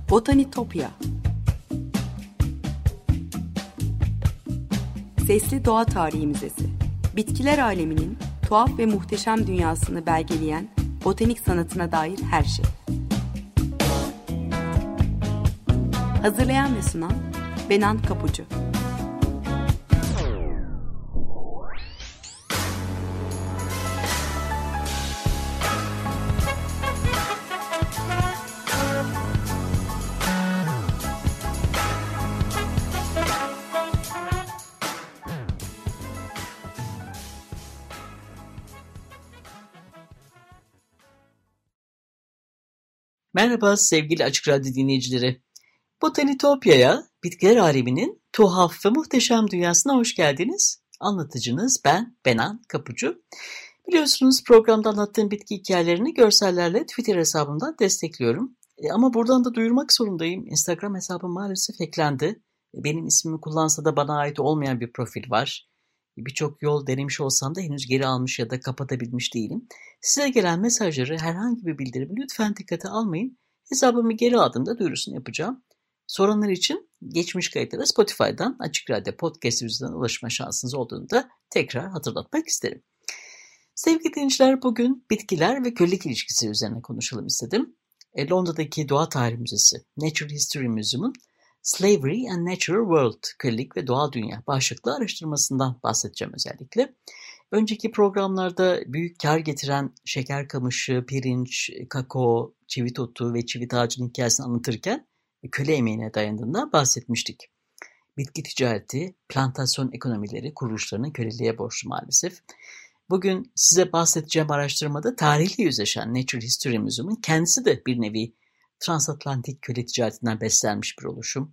Botanitopya. Sesli Doğa Tarihi Müzesi. Bitkiler aleminin tuhaf ve muhteşem dünyasını belgeleyen botanik sanatına dair her şey. Hazırlayan ve sunan Benan Kapucu. Merhaba sevgili Açık Radyo dinleyicileri. Botanitopya'ya, bitkiler aleminin tuhaf ve muhteşem dünyasına hoş geldiniz. Anlatıcınız ben Benan Kapucu. Biliyorsunuz programda anlattığım bitki hikayelerini görsellerle Twitter hesabımdan destekliyorum. Ama buradan da duyurmak zorundayım. Instagram hesabım maalesef hacklendi. Benim ismimi kullansa da bana ait olmayan bir profil var. Birçok yol denemiş olsam da henüz geri almış ya da kapatabilmiş değilim. Size gelen mesajları, herhangi bir bildirimi lütfen dikkate almayın. Hesabımı geri aldığımda duyurusunu yapacağım. Soranlar için geçmiş kayıtlara Spotify'dan Açık Radyo Podcast üzerinden ulaşma şansınız olduğunu da tekrar hatırlatmak isterim. Sevgili dinleyiciler, bugün bitkiler ve kölelik ilişkisi üzerine konuşalım istedim. Londra'daki Doğa Tarihi Müzesi, Natural History Museum'un Slavery and Natural World, Kölelik ve Doğal Dünya başlıklı araştırmasından bahsedeceğim özellikle. Önceki programlarda büyük kar getiren şeker kamışı, pirinç, kakao, çivit otu ve çivit ağacının hikayesini anlatırken köle emeğine dayandığından bahsetmiştik. Bitki ticareti, plantasyon ekonomileri kuruluşlarının köleliğe borçlu maalesef. Bugün size bahsedeceğim araştırmada tarihle yüzleşen Natural History Museum'un kendisi de bir nevi transatlantik köle ticaretinden beslenmiş bir oluşum.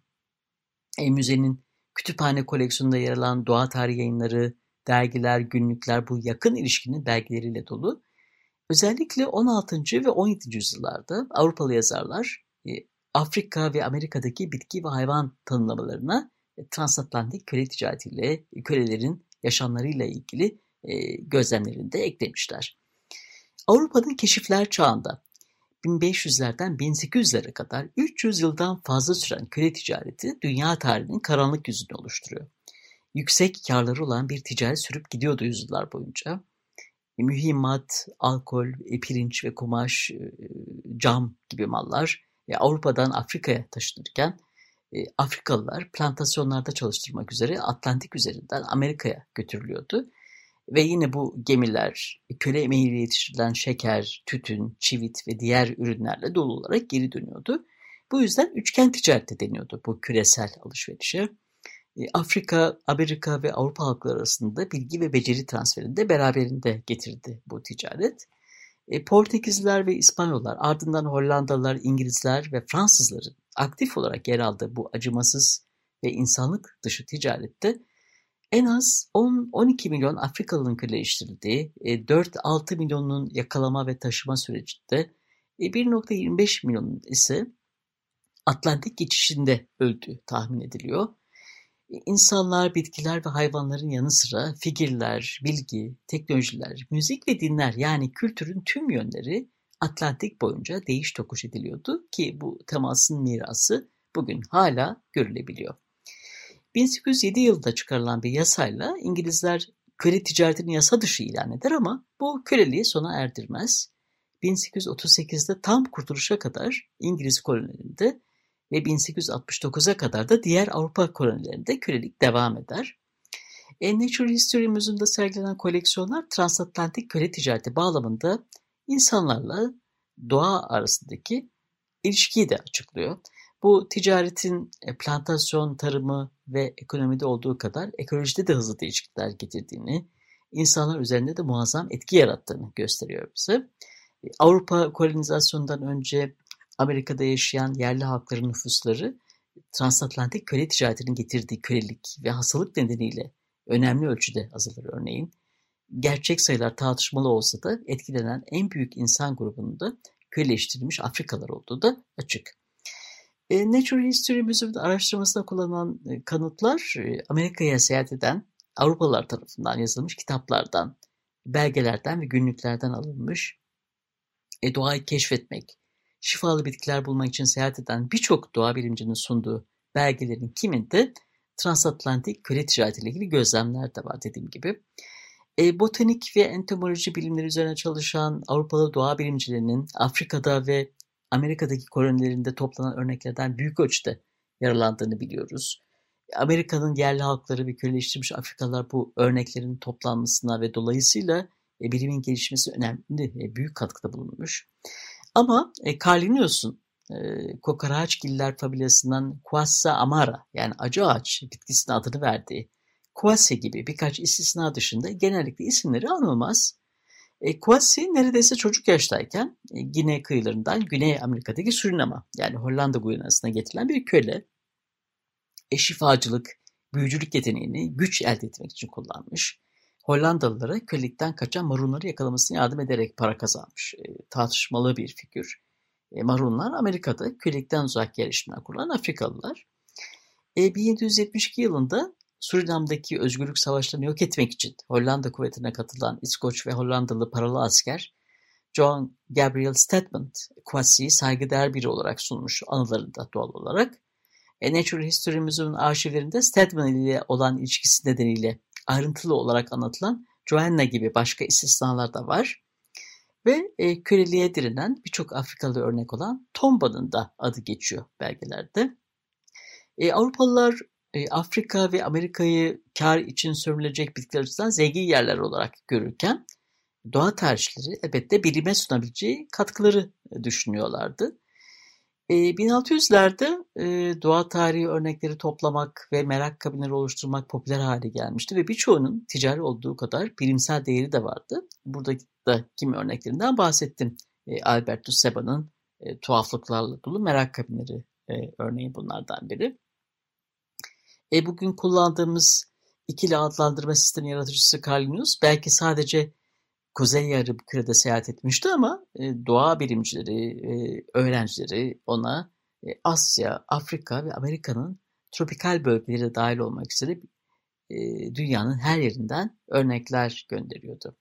Müzenin kütüphane koleksiyonunda yer alan doğa tarihi yayınları, dergiler, günlükler bu yakın ilişkinin belgeleriyle dolu. Özellikle 16. ve 17. yüzyıllarda Avrupalı yazarlar Afrika ve Amerika'daki bitki ve hayvan tanımlamalarına transatlantik köle ticaretiyle, kölelerin yaşamlarıyla ilgili gözlemlerini de eklemişler. Avrupa'nın keşifler çağında 1500'lerden 1800'lere kadar 300 yıldan fazla süren köle ticareti dünya tarihinin karanlık yüzünü oluşturuyor. Yüksek karları olan bir ticaret sürüp gidiyordu yüzyıllar boyunca. Mühimmat, alkol, pirinç ve kumaş, cam gibi mallar Avrupa'dan Afrika'ya taşınırken Afrikalılar plantasyonlarda çalıştırmak üzere Atlantik üzerinden Amerika'ya götürülüyordu. Ve yine bu gemiler köle emeğiyle yetiştirilen şeker, tütün, çivit ve diğer ürünlerle dolu olarak geri dönüyordu. Bu yüzden üçgen ticareti deniyordu bu küresel alışverişe. Afrika, Amerika ve Avrupa halkları arasında bilgi ve beceri transferini de beraberinde getirdi bu ticaret. Portekizliler ve İspanyollar, ardından Hollandalılar, İngilizler ve Fransızların aktif olarak yer aldığı bu acımasız ve insanlık dışı ticarette en az 10-12 milyon Afrikalı'nın köleleştirildiği, 4-6 milyonun yakalama ve taşıma sürecinde 1,25 milyonun ise Atlantik geçişinde öldüğü tahmin ediliyor. İnsanlar, bitkiler ve hayvanların yanı sıra figürler, bilgi, teknolojiler, müzik ve dinler yani kültürün tüm yönleri Atlantik boyunca değiş tokuş ediliyordu ki bu temasın mirası bugün hala görülebiliyor. 1807 yılında çıkarılan bir yasayla İngilizler köle ticaretini yasa dışı ilan eder ama bu köleliği sona erdirmez. 1838'de tam kurtuluşa kadar İngiliz kolonilerinde ve 1869'a kadar da diğer Avrupa kolonilerinde kölelik devam eder. Natural History Museum'da sergilenen koleksiyonlar transatlantik köle ticareti bağlamında insanlarla doğa arasındaki ilişkiyi de açıklıyor. Bu ticaretin plantasyon, tarımı ve ekonomide olduğu kadar ekolojide de hızlı değişiklikler getirdiğini, insanlar üzerinde de muazzam etki yarattığını gösteriyor bize. Avrupa kolonizasyonundan önce Amerika'da yaşayan yerli halkların nüfusları transatlantik köle ticaretinin getirdiği kölelik ve hastalık nedeniyle önemli ölçüde azalır örneğin. Gerçek sayılar tartışmalı olsa da etkilenen en büyük insan grubunun da köleleştirilmiş Afrikalılar olduğu da açık. Natural History Museum'da araştırmasında kullanılan kanıtlar Amerika'ya seyahat eden Avrupalılar tarafından yazılmış kitaplardan, belgelerden ve günlüklerden alınmış. Doğayı keşfetmek, şifalı bitkiler bulmak için seyahat eden birçok doğa bilimcinin sunduğu belgelerin kiminde transatlantik köle ticaretiyle ilgili gözlemler de var dediğim gibi. Botanik ve entomoloji bilimleri üzerine çalışan Avrupalı doğa bilimcilerinin Afrika'da ve Amerika'daki kolonilerinde toplanan örneklerden büyük ölçüde yararlandığını biliyoruz. Amerika'nın yerli halkları ve köleleştirilmiş Afrikalılar bu örneklerin toplanmasına ve dolayısıyla bilimin gelişmesi önemli, büyük katkıda bulunmuş. Ama Carl Linnaeus'un kokoreçgiller familyasından Quassia amara yani acı ağaç bitkisine adını verdiği Quassia gibi birkaç istisna dışında genellikle isimleri anılmaz. Quassia neredeyse çocuk yaştayken Gine kıyılarından Güney Amerika'daki Surinam'a yani Hollanda Guyana'sına getirilen bir köle. Şifacılık, büyücülük yeteneğini güç elde etmek için kullanmış. Hollandalılara kölelikten kaçan Marunları yakalamasına yardım ederek para kazanmış. Tartışmalı bir figür. Marunlar Amerika'da kölelikten uzak yerleşimler kuran Afrikalılar. 1772 yılında Surinam'daki özgürlük savaşlarını yok etmek için Hollanda kuvvetine katılan İskoç ve Hollandalı paralı asker John Gabriel Stedman, Quassia'yı saygıdeğer biri olarak sunmuş anılarında doğal olarak. Natural History Museum'un arşivlerinde Stedman ile olan ilişkisi nedeniyle ayrıntılı olarak anlatılan Joanna gibi başka istisnalar da var. Ve köleliğe direnen birçok Afrikalı örnek olan Tomba'nın da adı geçiyor belgelerde. Avrupalılar Afrika ve Amerika'yı kar için sömürülecek bitkiler açısından zengin yerler olarak görürken doğa tarihçileri elbette bilime sunabileceği katkıları düşünüyorlardı. 1600'lerde doğa tarihi örnekleri toplamak ve merak kabinleri oluşturmak popüler hale gelmişti ve birçoğunun ticari olduğu kadar bilimsel değeri de vardı. Burada da kimi örneklerinden bahsettim. Alberto Seba'nın tuhaflıklarla dolu merak kabinleri örneği bunlardan biri. Bugün kullandığımız ikili adlandırma sistemi yaratıcısı Carl Linnaeus belki sadece Kuzey Yarımküre'de seyahat etmişti ama doğa bilimcileri, öğrencileri ona Asya, Afrika ve Amerika'nın tropikal bölgeleri de dahil olmak üzere dünyanın her yerinden örnekler gönderiyordu.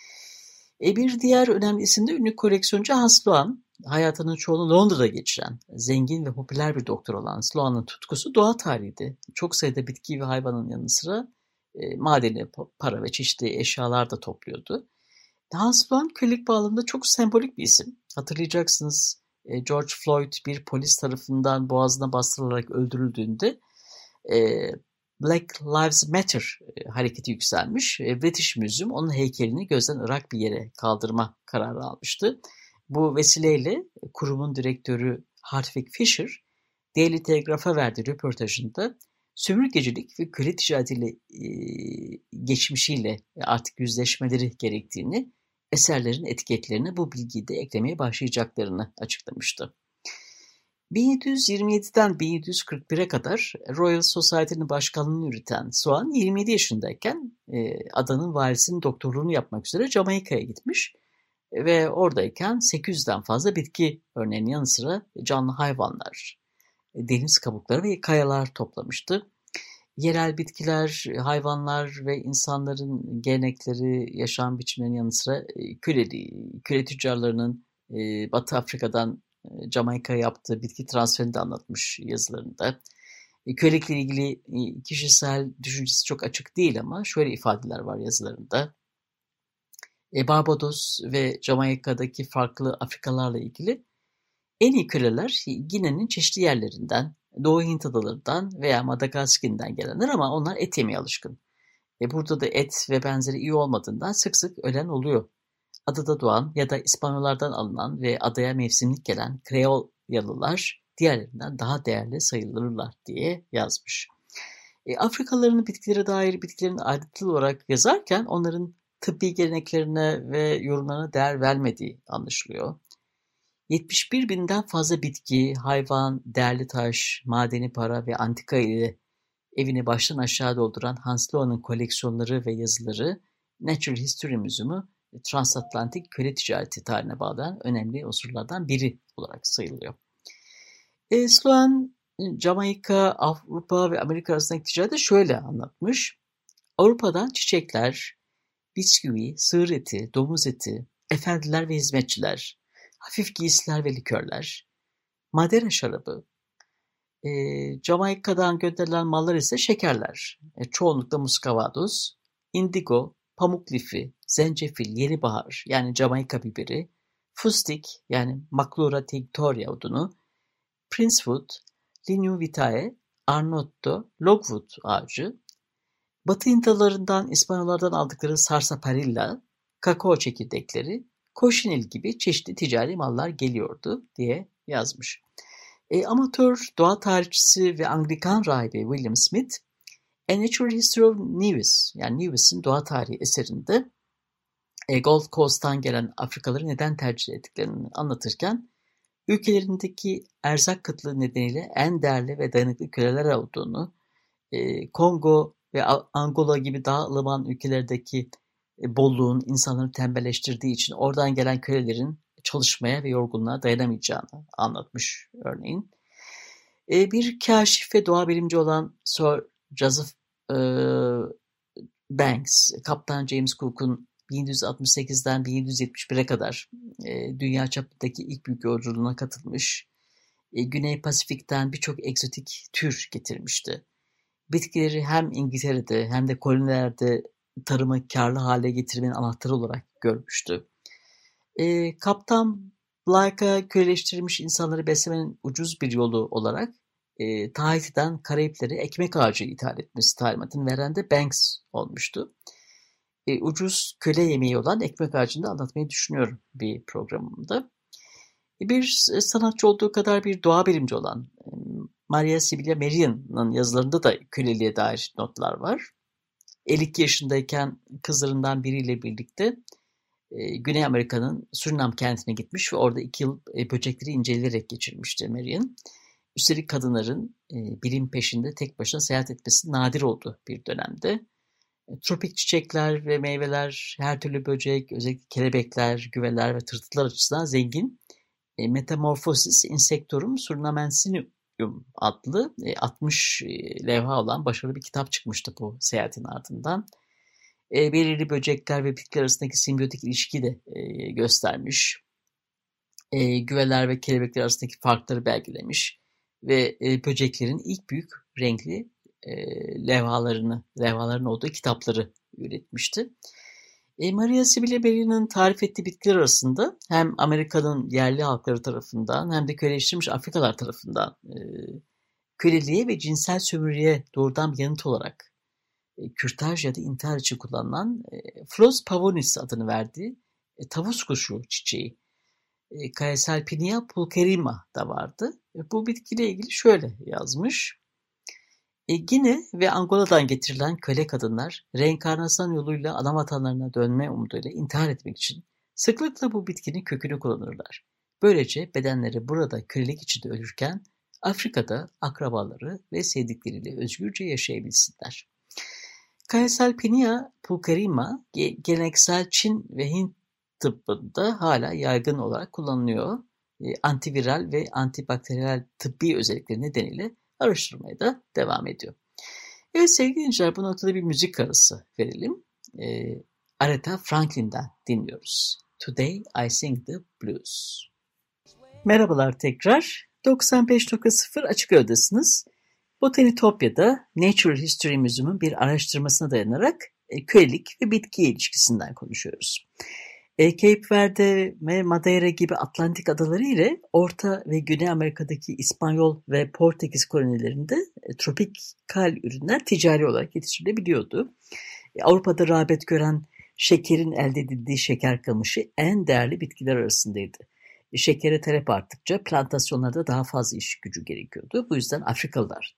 Bir diğer önemli isim de ünlü koleksiyoncu Hans Sloane. Hayatının çoğunu Londra'da geçiren, zengin ve popüler bir doktor olan Sloane'ın tutkusu doğa tarihiydi. Çok sayıda bitki ve hayvanın yanı sıra madeni, para ve çeşitli eşyalar da topluyordu. Hans Sloane kölelik bağlamında çok sembolik bir isim. Hatırlayacaksınız George Floyd bir polis tarafından boğazına bastırılarak öldürüldüğünde Black Lives Matter hareketi yükselmiş. British Museum onun heykelini gözden ırak bir yere kaldırma kararı almıştı. Bu vesileyle kurumun direktörü Hartwig Fischer, Daily Telegraph'a verdiği röportajında sömürgecilik ve köle ticaretiyle geçmişiyle artık yüzleşmeleri gerektiğini, eserlerin etiketlerine bu bilgiyi de eklemeye başlayacaklarını açıklamıştı. 1727'den 1741'e kadar Royal Society'nin başkanlığını yürüten Sloane 27 yaşındayken adanın valisinin doktorluğunu yapmak üzere Jamaika'ya gitmiş ve oradayken 800'den fazla bitki örneğinin yanı sıra canlı hayvanlar, deniz kabukları ve kayalar toplamıştı. Yerel bitkiler, hayvanlar ve insanların gelenekleri, yaşam biçimlerinin yanı sıra köle tüccarlarının Batı Afrika'dan Jamaika'ya yaptığı bitki transferini de anlatmış yazılarında. Kölelikle ilgili kişisel düşüncesi çok açık değil ama şöyle ifadeler var yazılarında. Barbados ve Jamaika'daki farklı Afrikalarla ilgili en iyi köleler Gine'nin çeşitli yerlerinden, Doğu Hint adalarından veya Madagaskar'dan gelenler ama onlar et yemeye alışkın. Burada da et ve benzeri iyi olmadığından sık sık ölen oluyor. Adada doğan ya da İspanyollardan alınan ve adaya mevsimlik gelen Kreolyalılar diğerlerinden daha değerli sayılırlar diye yazmış. Afrikalıların bitkilere dair bitkilerin ayrıntılı olarak yazarken onların tıbbi geleneklerine ve yorumlarına değer vermediği anlaşılıyor. 71 binden fazla bitki, hayvan, değerli taş, madeni para ve antika ile evini baştan aşağı dolduran Hans Sloane'ın koleksiyonları ve yazıları Natural History Museum'u transatlantik köle ticareti tarihine bağlayan önemli unsurlardan biri olarak sayılıyor. Sloane, Jamaika, Avrupa ve Amerika arasındaki ticareti şöyle anlatmış. Avrupa'dan çiçekler, bisküvi, sığır eti, domuz eti, efendiler ve hizmetçiler, hafif giysiler ve likörler, Madeira şarabı, Jamaika'dan gönderilen mallar ise şekerler, çoğunlukla muscovado, indigo, pamuk lifi, zencefil, yenibahar yani Jamaika biberi, fustik yani Maclura tinctoria odunu, princewood, Lignum vitae, arnotto, logwood ağacı, Batı Hintalarından, İspanyollardan aldıkları sarsaparilla, kakao çekirdekleri, koşinil gibi çeşitli ticari mallar geliyordu diye yazmış. Amatör doğa tarihçisi ve Anglikan rahibi William Smith, A Natural History of Nevis yani Nevis'in doğa tarihi eserinde Gold Coast'tan gelen Afrikalıları neden tercih ettiklerini anlatırken ülkelerindeki erzak kıtlığı nedeniyle en değerli ve dayanıklı köleler olduğunu, Kongo ve Angola gibi daha ılıman ülkelerdeki bolluğun insanları tembelleştirdiği için oradan gelen kölelerin çalışmaya ve yorgunluğa dayanamayacağını anlatmış örneğin. Bir kaşif ve doğa bilimci olan Sir Joseph Banks, Kaptan James Cook'un 1768'den 1771'e kadar dünya çapındaki ilk büyük yolculuğuna katılmış, Güney Pasifik'ten birçok egzotik tür getirmişti. Bitkileri hem İngiltere'de hem de kolonilerde tarımı karlı hale getirmenin anahtarı olarak görmüştü. Kaptan Blake'a köleleştirilmiş insanları beslemenin ucuz bir yolu olarak Tahiti'den Karayiplere ekmek ağacı ithal etmesi talimatını veren de Banks olmuştu. Ucuz köle yemeği olan ekmek ağacını da anlatmayı düşünüyorum bir programımda. Bir sanatçı olduğu kadar bir doğa bilimci olan Maria Sibylla Merian'ın yazılarında da köleliğe dair notlar var. 52 yaşındayken kızlarından biriyle birlikte Güney Amerika'nın Surinam kentine gitmiş ve orada 2 yıl böcekleri inceleyerek geçirmişti Merian. Üstelik kadınların bilim peşinde tek başına seyahat etmesi nadir oldu bir dönemde. Tropik çiçekler ve meyveler, her türlü böcek, özellikle kelebekler, güveler ve tırtıklar açısından zengin Metamorphosis Insectorum Surinamensium adlı 60 levha olan başarılı bir kitap çıkmıştı bu seyahatin ardından. Belirli böcekler ve bitkiler arasındaki simbiyotik ilişkiyi de göstermiş. Güveler ve kelebekler arasındaki farkları belgelemiş ve böceklerin ilk büyük renkli levhaların olduğu kitapları üretmişti. Maria Sibylla Merian'ın tarif ettiği bitkiler arasında hem Amerika'nın yerli halkları tarafından hem de köleleştirilmiş Afrikalılar tarafından köleliğe ve cinsel sömürüye doğrudan bir yanıt olarak kürtaj ya da intihar için kullanılan Phlox pavonis adını verdiği tavus kuşu çiçeği Caesalpinia pulcherrima da vardı. Bu bitkiyle ilgili şöyle yazmış. Gine ve Angola'dan getirilen köle kadınlar reenkarnasyon yoluyla ana vatanlarına dönme umuduyla intihar etmek için sıklıkla bu bitkinin kökünü kullanırlar. Böylece bedenleri burada kölelik içinde ölürken Afrika'da akrabaları ve sevdikleriyle özgürce yaşayabilsinler. Caesalpinia pulcherrima geleneksel Çin ve Hint tıbbında hala yaygın olarak kullanılıyor. Antiviral ve antibakteriyel tıbbi özellikleri nedeniyle araştırmaya da devam ediyor. Evet sevgili dinleyiciler, bu noktada bir müzik arası verelim. Aretha Franklin'den dinliyoruz. Today I Sing the Blues. Merhabalar tekrar. 95.0 Açık Radyo'dasınız. Botanitopya'da Natural History Museum'un bir araştırmasına dayanarak kölelik ve bitki ilişkisinden konuşuyoruz. Cape Verde ve Madeira gibi Atlantik adaları ile Orta ve Güney Amerika'daki İspanyol ve Portekiz kolonilerinde tropikal ürünler ticari olarak yetiştirilebiliyordu. Avrupa'da rağbet gören şekerin elde edildiği şeker kamışı en değerli bitkiler arasındaydı. Şekere talep arttıkça plantasyonlarda daha fazla iş gücü gerekiyordu. Bu yüzden Afrikalılar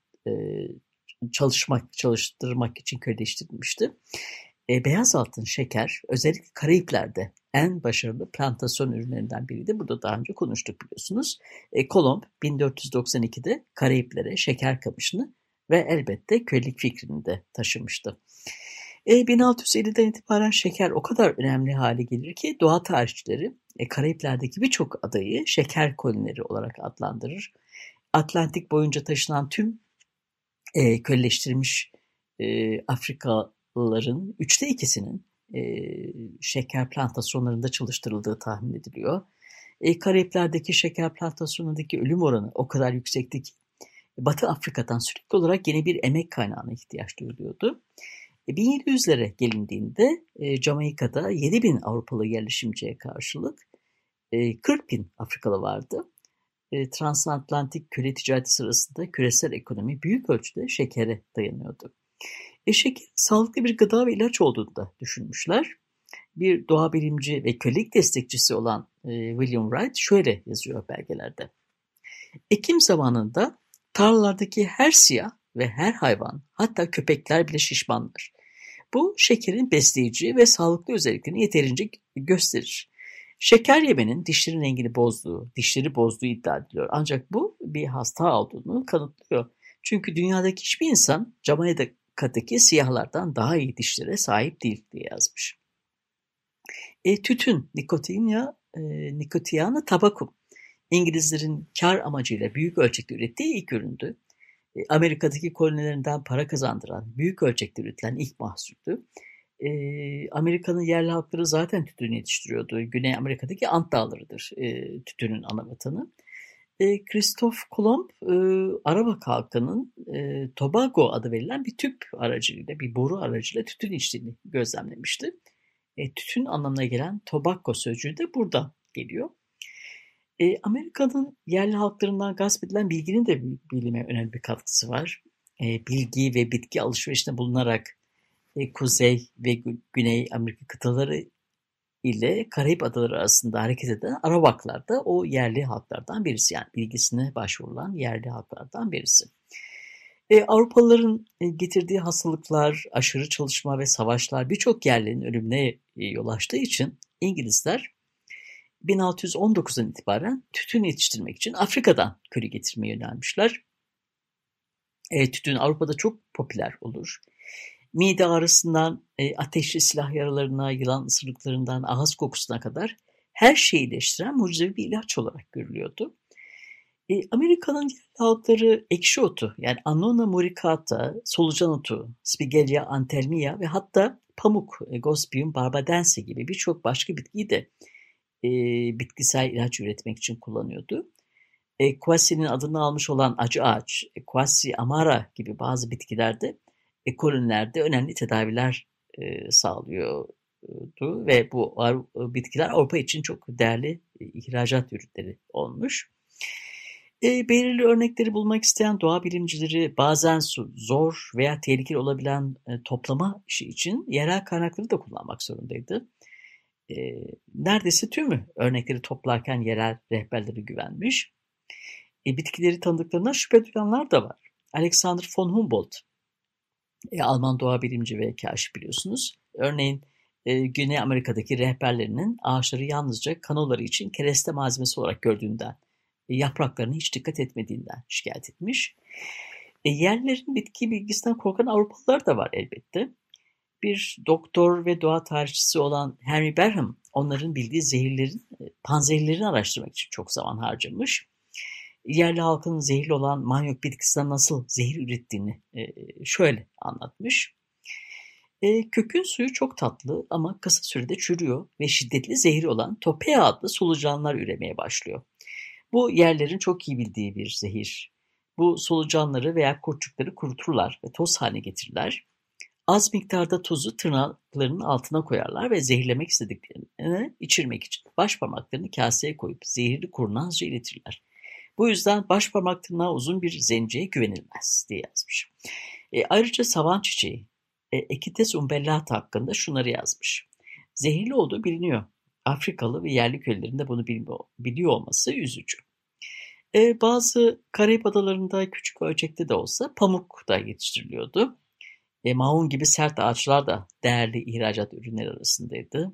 çalıştırmak için köleleştirilmişti. Beyaz altın şeker özellikle Karayipler'de en başarılı plantasyon ürünlerinden biriydi. Burada daha önce konuştuk biliyorsunuz. Kolomb 1492'de Karayiplere şeker kamışını ve elbette kölelik fikrini de taşımıştı. 1650'den itibaren şeker o kadar önemli hale gelir ki doğa tarihçileri Karayipler'deki birçok adayı şeker kolonileri olarak adlandırır. Atlantik boyunca taşınan tüm köleleştirilmiş Afrikalıların 2/3'ünün şeker plantasyonlarında çalıştırıldığı tahmin ediliyor. Karayipler'deki şeker plantasyonundaki ölüm oranı o kadar yüksekti ki Batı Afrika'dan sürekli olarak yeni bir emek kaynağına ihtiyaç duyuluyordu. 1700'lere gelindiğinde Jamaika'da 7.000 Avrupalı yerleşimciye karşılık 40.000 Afrikalı vardı. Transatlantik köle ticareti sırasında küresel ekonomi büyük ölçüde şekere dayanıyordu. Şeker sağlıklı bir gıda ve ilaç olduğunu da düşünmüşler. Bir doğa bilimci ve kölelik destekçisi olan William Wright şöyle yazıyor belgelerde. Ekim zamanında tarlalardaki her siyah ve her hayvan, hatta köpekler bile şişmanlar. Bu şekerin besleyici ve sağlıklı özelliklerini yeterince gösterir. Şeker yemenin dişlerin rengini dişleri bozduğu iddia ediliyor. Ancak bu bir hasta olduğunu kanıtlıyor. Çünkü dünyadaki hiçbir insan Jamaika'daki siyahlardan daha iyi dişlere sahip değil diye yazmış. Tütün, Nicotiana tabacum, İngilizlerin kar amacıyla büyük ölçekte ürettiği ilk üründü. Amerika'daki kolonilerinden para kazandıran, büyük ölçekte üretilen ilk mahsuldü. Amerika'nın yerli halkları zaten tütün yetiştiriyordu. Güney Amerika'daki Ant Dağları'dır tütünün ana vatanı. Christoph Kolomb, Arabak halkının Tobago adı verilen bir tüp aracılığıyla, bir boru aracıyla tütün içtiğini gözlemlemişti. Tütün anlamına gelen tobacco sözcüğü de buradan geliyor. Amerika'nın yerli halklarından gasp edilen bilginin de bilime önemli bir katkısı var. Bilgi ve bitki alışverişinde bulunarak Kuzey ve Güney Amerika kıtaları ile Karayip adaları arasında hareket eden Arawaklar da o yerli halklardan birisi. Yani bilgisine başvurulan yerli halklardan birisi. Avrupalıların getirdiği hastalıklar, aşırı çalışma ve savaşlar birçok yerlinin ölümüne yol açtığı için İngilizler 1619'dan itibaren tütün yetiştirmek için Afrika'dan köle getirmeye yönelmişler. Tütün Avrupa'da çok popüler olur. Mide ağrısından ateşli silah yaralarına, yılan ısırıklarından ağız kokusuna kadar her şeyi iyileştiren mucizevi bir ilaç olarak görülüyordu. Amerika'nın yerli halkları ekşi otu, yani Annona muricata, solucan otu, Spigelia antelmia ve hatta pamuk, Gospium barbadense gibi birçok başka bitkiyi de bitkisel ilaç üretmek için kullanıyordu. Quassy'nin adını almış olan acı ağaç, Quassia amara gibi bazı bitkilerde kolonilerde önemli tedaviler sağlıyordu ve bu bitkiler Avrupa için çok değerli ihracat ürünleri olmuş. Belirli örnekleri bulmak isteyen doğa bilimcileri bazen zor veya tehlikeli olabilen toplama işi için yerel kaynakları da kullanmak zorundaydı. Neredeyse tümü örnekleri toplarken yerel rehberlere güvenmiş. Bitkileri tanıdıklarından şüphe duyanlar da var. Alexander von Humboldt, Alman doğa bilimci ve kaşif biliyorsunuz. Örneğin Güney Amerika'daki rehberlerinin ağaçları yalnızca kanoları için kereste malzemesi olarak gördüğünden, yapraklarına hiç dikkat etmediğinden şikayet etmiş. Yerlilerin bitki bilgisinden korkan Avrupalılar da var elbette. Bir doktor ve doğa tarihçisi olan Henry Barham, onların bildiği panzehirlerin araştırmak için çok zaman harcamış. Yerli halkın zehirli olan manyok bitkisinden nasıl zehir ürettiğini şöyle anlatmış. Kökün suyu çok tatlı ama kısa sürede çürüyor ve şiddetli zehri olan topea adlı solucanlar üremeye başlıyor. Bu yerlerin çok iyi bildiği bir zehir. Bu solucanları veya kurtçukları kuruturlar ve toz haline getirirler. Az miktarda tozu tırnaklarının altına koyarlar ve zehirlemek istediklerini içirmek için baş parmaklarını kaseye koyup zehirli kurnazca iletirler. Bu yüzden baş parmak tırnağı uzun bir zenciye güvenilmez diye yazmış. Ayrıca savan çiçeği Equites umbellata hakkında şunları yazmış. Zehirli olduğu biliniyor. Afrikalı ve yerli köylerin de bunu biliyor olması üzücü. Bazı Karayip adalarında küçük ölçekte de olsa pamuk da yetiştiriliyordu. Mahun gibi sert ağaçlar da değerli ihracat ürünleri arasındaydı.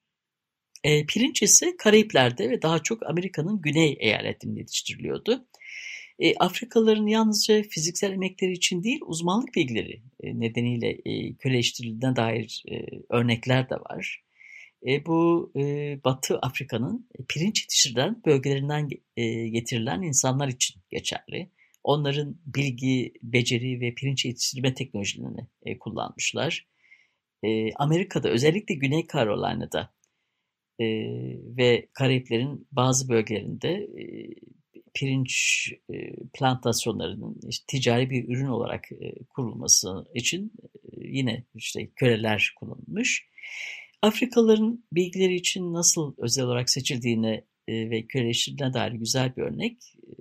Pirinç ise Karayipler'de ve daha çok Amerika'nın güney eyaletlerinde yetiştiriliyordu. Afrikalıların yalnızca fiziksel emekleri için değil, uzmanlık bilgileri nedeniyle köleleştirildiğine dair örnekler de var. Bu Batı Afrika'nın pirinç yetiştirilen bölgelerinden getirilen insanlar için geçerli. Onların bilgi, beceri ve pirinç yetiştirme teknolojilerini kullanmışlar. Amerika'da özellikle Güney Carolina'da ve Karayiplerin bazı bölgelerinde pirinç plantasyonlarının işte ticari bir ürün olarak kurulması için yine işte köleler kullanılmış. Afrikalıların bilgileri için nasıl özel olarak seçildiğine ve köleleştirildiğine dair güzel bir örnek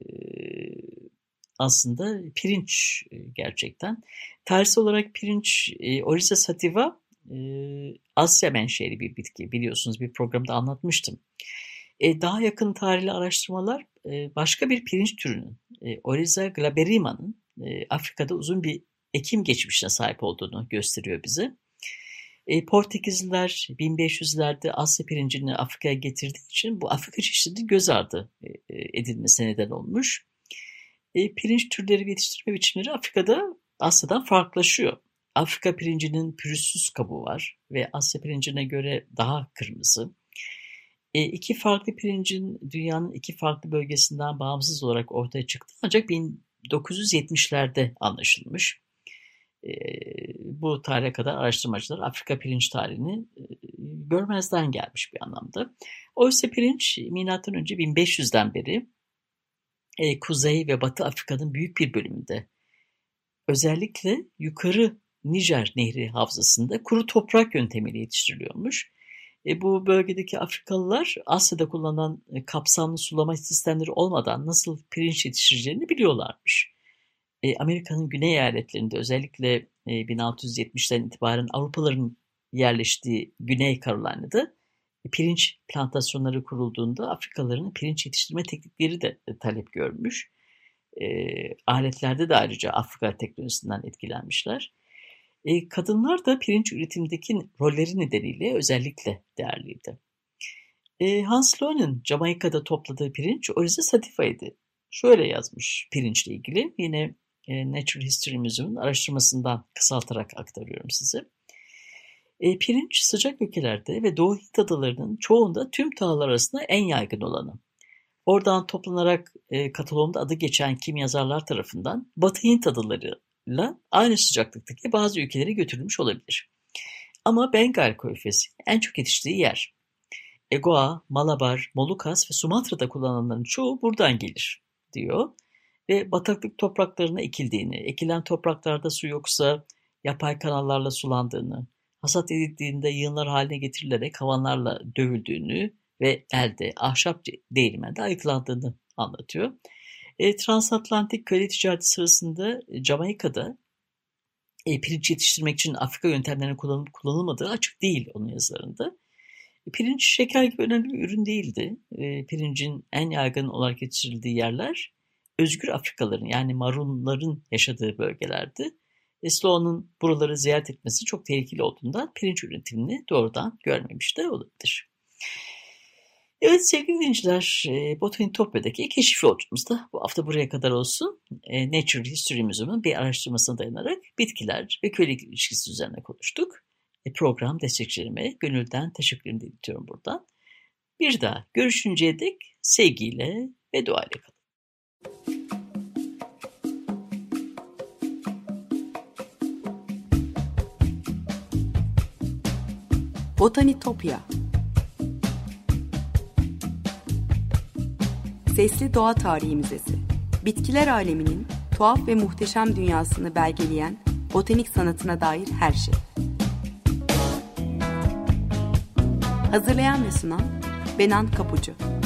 aslında pirinç gerçekten. Tarihsel olarak pirinç Oryza sativa Asya menşeli bir bitki, biliyorsunuz bir programda anlatmıştım. Daha yakın tarihli araştırmalar başka bir pirinç türünün Oryza glaberrima'nın Afrika'da uzun bir ekim geçmişine sahip olduğunu gösteriyor bize. Portekizliler 1500'lerde Asya pirincini Afrika'ya getirdiği için bu Afrika çeşidinin göz ardı edilmesine neden olmuş. Pirinç türleri ve yetiştirme biçimleri Afrika'da Asya'dan farklılaşıyor. Afrika pirincinin pürüzsüz kabuğu var ve Asya pirincine göre daha kırmızı. İki farklı pirincin dünyanın iki farklı bölgesinden bağımsız olarak ortaya çıktı ancak 1970'lerde anlaşılmış. Bu tarihe kadar araştırmacılar Afrika pirinç tarihini görmezden gelmiş bir anlamda. Oysa pirinç M.Ö. 1500'den beri Kuzey ve Batı Afrika'nın büyük bir bölümünde, özellikle yukarı Nijer Nehri havzasında kuru toprak yöntemiyle yetiştiriliyormuş. Bu bölgedeki Afrikalılar Asya'da kullanılan kapsamlı sulama sistemleri olmadan nasıl pirinç yetiştireceğini biliyorlarmış. Amerika'nın güney eyaletlerinde özellikle 1670'ten itibaren Avrupalıların yerleştiği Güney Carolina'da pirinç plantasyonları kurulduğunda Afrikalıların pirinç yetiştirme teknikleri de talep görmüş. Aletlerde de ayrıca Afrika teknolojisinden etkilenmişler. Kadınlar da pirinç üretimindeki rolleri nedeniyle özellikle değerliydi. Hans Lohnen Jamaika'da topladığı pirinç Oryza sativa'ydı. Şöyle yazmış pirinçle ilgili, yine Natural History Museum'un araştırmasından kısaltarak aktarıyorum size. Pirinç sıcak ülkelerde ve Doğu Hint adalarının çoğunda tüm tahıllar arasında en yaygın olanı. Oradan toplanarak katalogda adı geçen kimyazarlar tarafından Batı Hint adalarıyla aynı sıcaklıktaki bazı ülkelere götürülmüş olabilir. Ama Bengal Körfezi en çok yetiştiği yer. Goa, Malabar, Molukas ve Sumatra'da kullanılanların çoğu buradan gelir diyor. Ve bataklık topraklarına ekildiğini, ekilen topraklarda su yoksa yapay kanallarla sulandığını, hasat edildiğinde yığınlar haline getirilerek havanlarla dövüldüğünü ve elde ahşap değirmende ayıklandığını anlatıyor. Transatlantik köle ticareti sırasında Jamaika'da pirinç yetiştirmek için Afrika yöntemlerinin kullanılmadığı açık değil onun yazılarında. Pirinç şeker gibi önemli bir ürün değildi. Pirincin en yaygın olarak yetiştirildiği yerler özgür Afrikalıların yani Marunların yaşadığı bölgelerdi. Sloan'ın buraları ziyaret etmesi çok tehlikeli olduğundan pirinç üretimini doğrudan görmemiş de olabilir. Evet sevgili dinleyiciler, Botanitopya'daki keşif yolculuğumuz da bu hafta buraya kadar olsun. Natural History Museum'un bir araştırmasına dayanarak bitkiler ve kölelik ilişkisi üzerine konuştuk. Program destekçilerime gönülden teşekkürlerimi iletiyorum buradan. Bir daha görüşünceye dek sevgiyle ve duayla kalın. Botanitopya. Sesli Doğa Tarihi Müzesi. Bitkiler aleminin tuhaf ve muhteşem dünyasını belgeleyen botanik sanatına dair her şey. Hazırlayan ve sunan Benan Kapucu.